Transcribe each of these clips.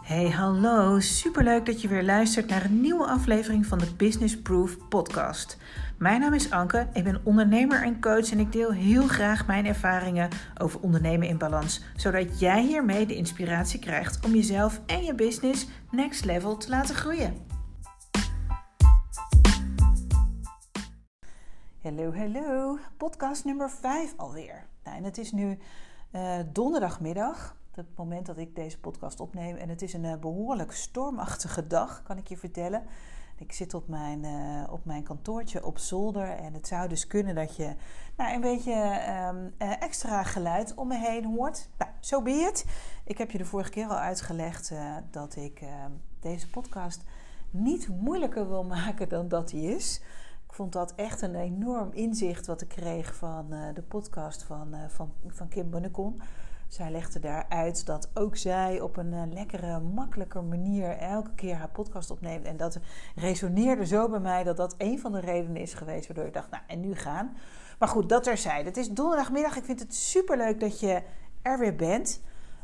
Hey, hallo. Superleuk dat je weer luistert naar een nieuwe aflevering van de Business Proof podcast. Mijn naam is Anke, ik ben ondernemer en coach en ik deel heel graag mijn ervaringen over ondernemen in balans, zodat jij hiermee de inspiratie krijgt om jezelf en je business next level te laten groeien. Hallo. Podcast nummer 5 alweer. En het is nu donderdagmiddag. Het moment dat ik deze podcast opneem. En het is een behoorlijk stormachtige dag, kan ik je vertellen. Ik zit op mijn kantoortje op zolder. En het zou dus kunnen dat je een beetje extra geluid om me heen hoort. Nou, so be it. Ik heb je de vorige keer al uitgelegd dat ik deze podcast niet moeilijker wil maken dan dat die is. Ik vond dat echt een enorm inzicht wat ik kreeg van de podcast van Kim Bunnekon. Zij legde daar uit dat ook zij op een lekkere, makkelijke manier elke keer haar podcast opneemt. En dat resoneerde zo bij mij dat dat een van de redenen is geweest waardoor ik dacht, en nu gaan. Maar goed, dat terzijde. Het is donderdagmiddag. Ik vind het superleuk dat je er weer bent.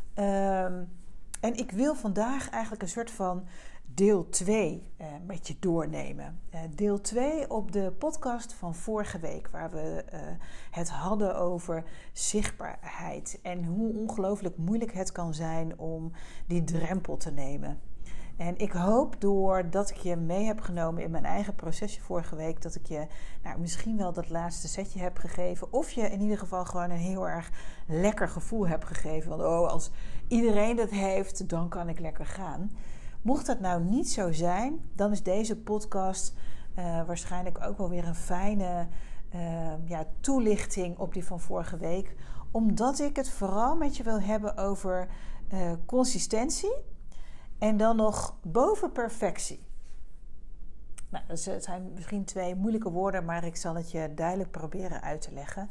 En ik wil vandaag eigenlijk een soort van deel 2 met je doornemen. Deel 2 op de podcast van vorige week, waar we het hadden over zichtbaarheid en hoe ongelooflijk moeilijk het kan zijn om die drempel te nemen. En ik hoop doordat ik je mee heb genomen in mijn eigen procesje vorige week, dat ik je misschien wel dat laatste setje heb gegeven. Of je in ieder geval gewoon een heel erg lekker gevoel hebt gegeven. Want als iedereen dat heeft, dan kan ik lekker gaan. Mocht dat nou niet zo zijn, dan is deze podcast waarschijnlijk ook wel weer een fijne toelichting op die van vorige week. Omdat ik het vooral met je wil hebben over consistentie en dan nog boven perfectie. Nou, het zijn misschien 2 moeilijke woorden, maar ik zal het je duidelijk proberen uit te leggen.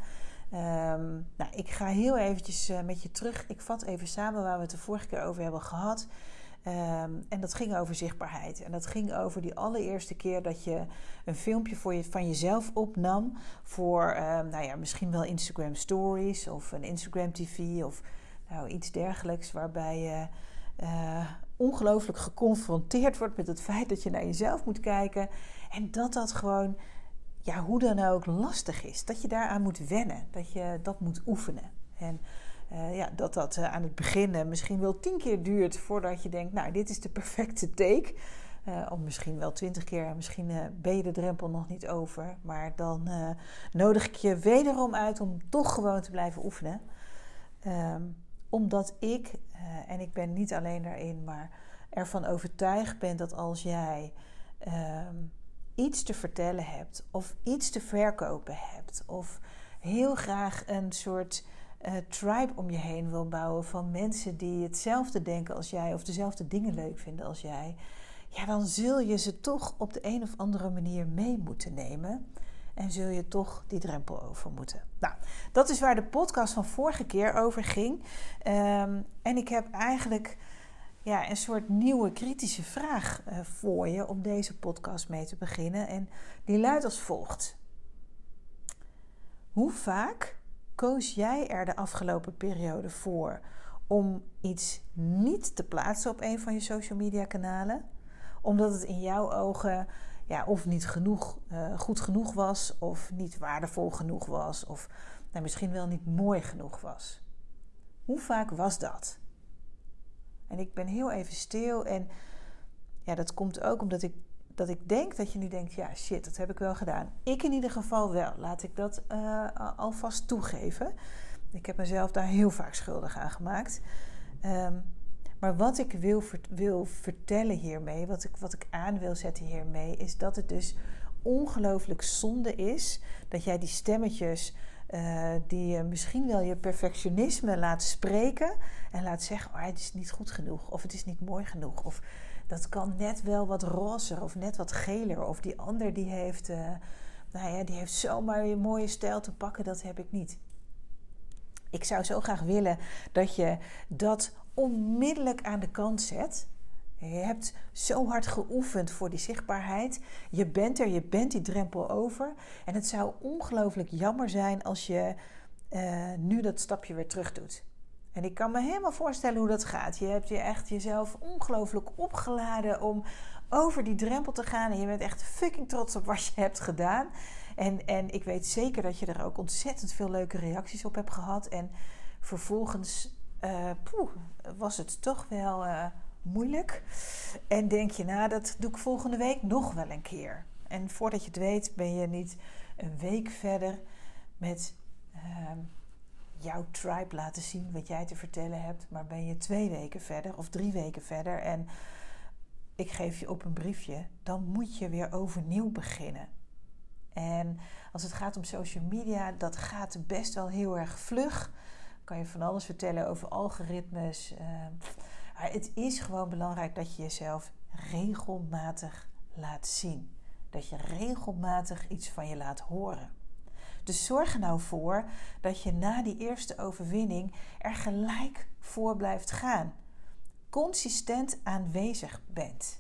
Ik ga heel eventjes met je terug. Ik vat even samen waar we het de vorige keer over hebben gehad. En dat ging over zichtbaarheid. En dat ging over die allereerste keer dat je een filmpje van jezelf opnam voor misschien wel Instagram Stories of een Instagram TV of iets dergelijks, waarbij je ongelooflijk geconfronteerd wordt met het feit dat je naar jezelf moet kijken en dat gewoon, hoe dan ook, lastig is. Dat je daaraan moet wennen, dat je dat moet oefenen. En dat aan het begin misschien wel 10 keer duurt voordat je denkt, dit is de perfecte take. Of misschien wel 20 keer, misschien ben je de drempel nog niet over. Maar dan nodig ik je wederom uit om toch gewoon te blijven oefenen. Omdat ik, en ik ben niet alleen daarin, maar ervan overtuigd ben dat als jij iets te vertellen hebt of iets te verkopen hebt of heel graag een soort tribe om je heen wil bouwen van mensen die hetzelfde denken als jij of dezelfde dingen leuk vinden als jij, dan zul je ze toch op de een of andere manier mee moeten nemen en zul je toch die drempel over moeten. Nou, dat is waar de podcast van vorige keer over ging. En ik heb eigenlijk een soort nieuwe kritische vraag voor je om deze podcast mee te beginnen. En die luidt als volgt. Hoe vaak koos jij er de afgelopen periode voor om iets niet te plaatsen op een van je social media kanalen? Omdat het in jouw ogen of niet goed genoeg was, of niet waardevol genoeg was, of misschien wel niet mooi genoeg was. Hoe vaak was dat? En ik ben heel even stil en dat komt ook omdat ik denk dat je nu denkt, shit, dat heb ik wel gedaan. Ik in ieder geval wel. Laat ik dat alvast toegeven. Ik heb mezelf daar heel vaak schuldig aan gemaakt. Maar wat ik wil vertellen hiermee, wat ik aan wil zetten hiermee, is dat het dus ongelooflijk zonde is dat jij die stemmetjes die misschien wel je perfectionisme laat spreken en laat zeggen, het is niet goed genoeg of het is niet mooi genoeg of dat kan net wel wat rozer of net wat geler of die ander die heeft zomaar een mooie stijl te pakken, dat heb ik niet. Ik zou zo graag willen dat je dat onmiddellijk aan de kant zet. Je hebt zo hard geoefend voor die zichtbaarheid. Je bent er, je bent die drempel over. En het zou ongelooflijk jammer zijn als je nu dat stapje weer terug doet. En ik kan me helemaal voorstellen hoe dat gaat. Je hebt je echt jezelf ongelooflijk opgeladen om over die drempel te gaan. En je bent echt fucking trots op wat je hebt gedaan. En ik weet zeker dat je er ook ontzettend veel leuke reacties op hebt gehad. En vervolgens was het toch wel moeilijk. En denk je, nou, dat doe ik volgende week nog wel een keer. En voordat je het weet ben je niet een week verder met jouw tribe laten zien wat jij te vertellen hebt. Maar ben je 2 weken verder of 3 weken verder. En ik geef je op een briefje. Dan moet je weer overnieuw beginnen. En als het gaat om social media, dat gaat best wel heel erg vlug. Kan je van alles vertellen over algoritmes. Maar het is gewoon belangrijk dat je jezelf regelmatig laat zien. Dat je regelmatig iets van je laat horen. Dus zorg er nou voor dat je na die eerste overwinning er gelijk voor blijft gaan. Consistent aanwezig bent.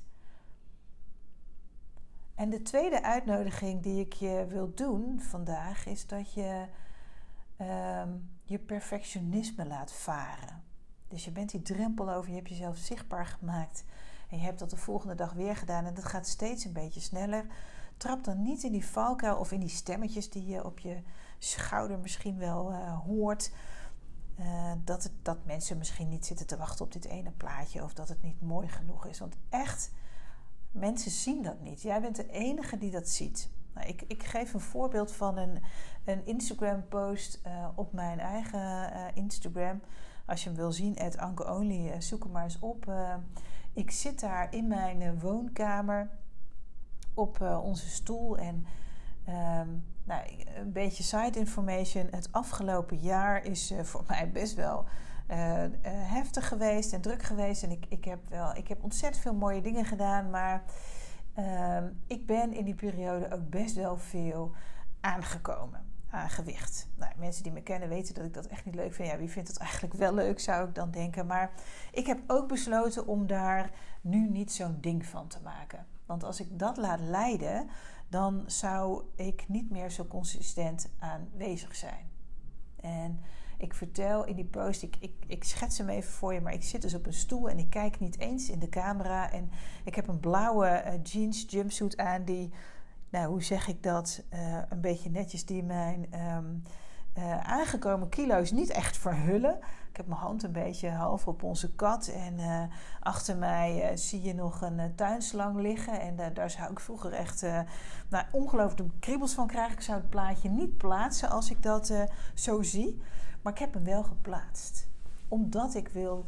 En de tweede uitnodiging die ik je wil doen vandaag is dat je je perfectionisme laat varen. Dus je bent die drempel over, je hebt jezelf zichtbaar gemaakt. En je hebt dat de volgende dag weer gedaan en dat gaat steeds een beetje sneller. Trap dan niet in die valkuil of in die stemmetjes die je op je schouder misschien wel hoort. Dat mensen misschien niet zitten te wachten op dit ene plaatje of dat het niet mooi genoeg is. Want echt, mensen zien dat niet. Jij bent de enige die dat ziet. Nou, ik geef een voorbeeld van een Instagram post op mijn eigen Instagram. Als je hem wil zien, @AnkeOnly, zoek hem maar eens op. Ik zit daar in mijn woonkamer op onze stoel en een beetje side information. Het afgelopen jaar is voor mij best wel heftig geweest en druk geweest. En ik heb ontzettend veel mooie dingen gedaan, maar ik ben in die periode ook best wel veel aangekomen aan gewicht. Nou, mensen die me kennen weten dat ik dat echt niet leuk vind. Ja, wie vindt het eigenlijk wel leuk, zou ik dan denken. Maar ik heb ook besloten om daar nu niet zo'n ding van te maken. Want als ik dat laat leiden, dan zou ik niet meer zo consistent aanwezig zijn. En ik vertel in die post, ik schets hem even voor je, maar ik zit dus op een stoel en ik kijk niet eens in de camera. En ik heb een blauwe jeans jumpsuit aan die, nou hoe zeg ik dat, een beetje netjes die mijn aangekomen kilo's niet echt verhullen. Ik heb mijn hand een beetje half op onze kat en achter mij zie je nog een tuinslang liggen. En daar zou ik vroeger echt ongelooflijk kriebels van krijgen. Ik zou het plaatje niet plaatsen als ik dat zo zie. Maar ik heb hem wel geplaatst. Omdat ik wil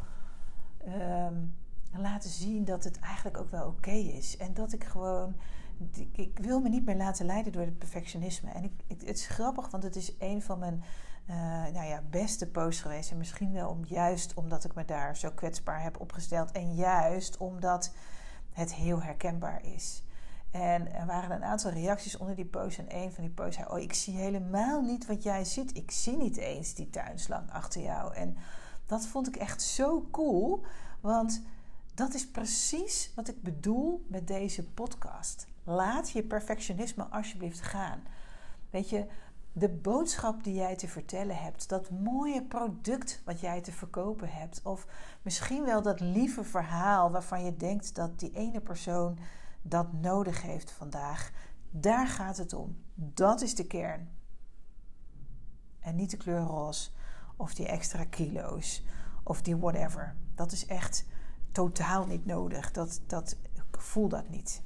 laten zien dat het eigenlijk ook wel oké is. En dat ik gewoon... Ik wil me niet meer laten leiden door het perfectionisme. En het is grappig, want het is een van mijn beste posts geweest. En misschien wel juist omdat ik me daar zo kwetsbaar heb opgesteld. En juist omdat het heel herkenbaar is. En er waren een aantal reacties onder die post. En een van die posts zei, ik zie helemaal niet wat jij ziet. Ik zie niet eens die tuinslang achter jou. En dat vond ik echt zo cool. Want dat is precies wat ik bedoel met deze podcast. Laat je perfectionisme alsjeblieft gaan. Weet je, de boodschap die jij te vertellen hebt, dat mooie product wat jij te verkopen hebt, of misschien wel dat lieve verhaal waarvan je denkt dat die ene persoon dat nodig heeft vandaag, daar gaat het om. Dat is de kern. En niet de kleur roze, of die extra kilo's, of die whatever. Dat is echt totaal niet nodig. Ik voel dat niet.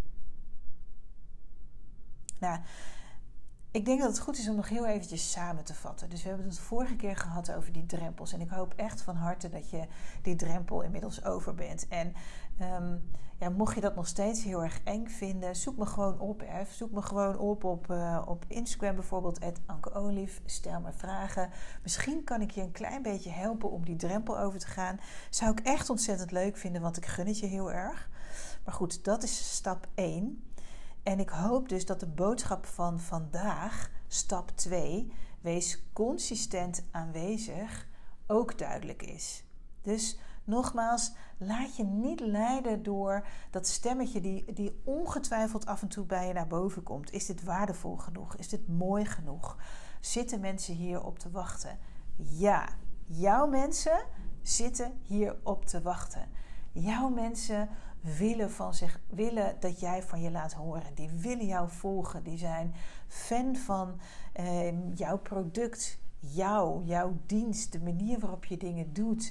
Nou, ik denk dat het goed is om nog heel eventjes samen te vatten. Dus we hebben het de vorige keer gehad over die drempels. En ik hoop echt van harte dat je die drempel inmiddels over bent. En mocht je dat nog steeds heel erg eng vinden, zoek me gewoon op. Zoek me gewoon op Instagram bijvoorbeeld, @AnkeOnly. Stel me vragen. Misschien kan ik je een klein beetje helpen om die drempel over te gaan. Zou ik echt ontzettend leuk vinden, want ik gun het je heel erg. Maar goed, dat is stap 1. En ik hoop dus dat de boodschap van vandaag, stap 2, wees consistent aanwezig, ook duidelijk is. Dus nogmaals, laat je niet leiden door dat stemmetje die ongetwijfeld af en toe bij je naar boven komt. Is dit waardevol genoeg? Is dit mooi genoeg? Zitten mensen hier op te wachten? Ja, Jouw mensen zitten hierop te wachten. Jouw mensen willen dat jij van je laat horen. Die willen jou volgen. Die zijn fan van jouw product, jouw dienst, de manier waarop je dingen doet.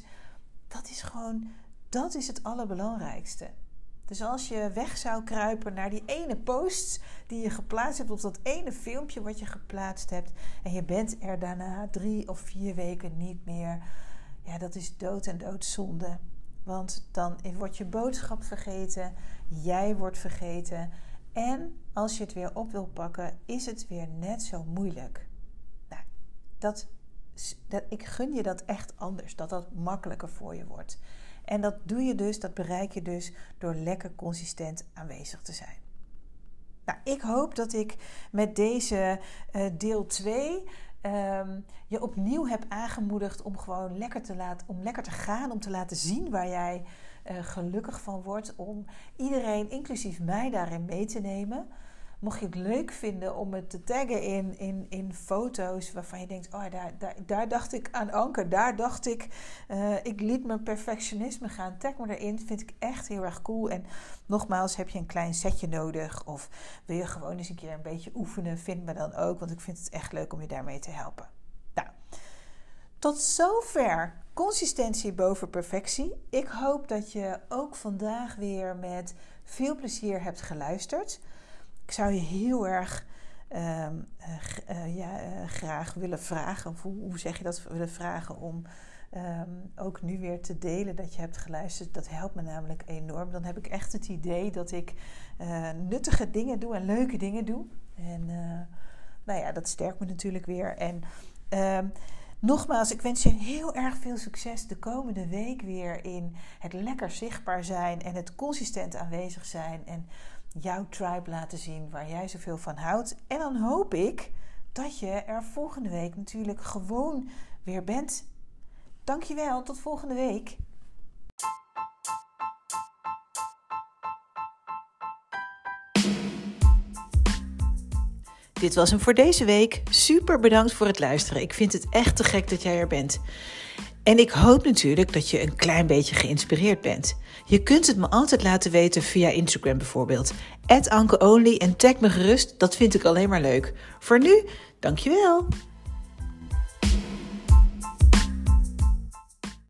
Dat is het allerbelangrijkste. Dus als je weg zou kruipen naar die ene post die je geplaatst hebt, of dat ene filmpje wat je geplaatst hebt, en je bent er daarna 3 of 4 weken niet meer, ja, dat is dood en doodzonde. Want dan wordt je boodschap vergeten, jij wordt vergeten. En als je het weer op wil pakken, is het weer net zo moeilijk. Nou, ik gun je dat echt anders, dat makkelijker voor je wordt. En dat bereik je dus door lekker consistent aanwezig te zijn. Nou, ik hoop dat ik met deze deel 2 je opnieuw heb aangemoedigd om gewoon lekker te gaan, om te laten zien waar jij gelukkig van wordt, om iedereen, inclusief mij, daarin mee te nemen. Mocht je het leuk vinden om het te taggen in foto's waarvan je denkt, daar dacht ik aan Anke, daar dacht ik, ik liet mijn perfectionisme gaan. Tag me erin, vind ik echt heel erg cool. En nogmaals, heb je een klein setje nodig of wil je gewoon eens een keer een beetje oefenen, vind me dan ook, want ik vind het echt leuk om je daarmee te helpen. Nou, tot zover consistentie boven perfectie. Ik hoop dat je ook vandaag weer met veel plezier hebt geluisterd. Ik zou je heel erg graag willen vragen, of hoe zeg je dat, willen vragen om ook nu weer te delen dat je hebt geluisterd. Dat helpt me namelijk enorm. Dan heb ik echt het idee dat ik nuttige dingen doe en leuke dingen doe. En dat sterkt me natuurlijk weer. En nogmaals, ik wens je heel erg veel succes de komende week weer in het lekker zichtbaar zijn en het consistent aanwezig zijn en jouw tribe laten zien waar jij zoveel van houdt. En dan hoop ik dat je er volgende week natuurlijk gewoon weer bent. Dankjewel, tot volgende week. Dit was hem voor deze week. Super bedankt voor het luisteren. Ik vind het echt te gek dat jij er bent. En ik hoop natuurlijk dat je een klein beetje geïnspireerd bent. Je kunt het me altijd laten weten via Instagram bijvoorbeeld. @AnkeOnly en tag me gerust, dat vind ik alleen maar leuk. Voor nu, dankjewel!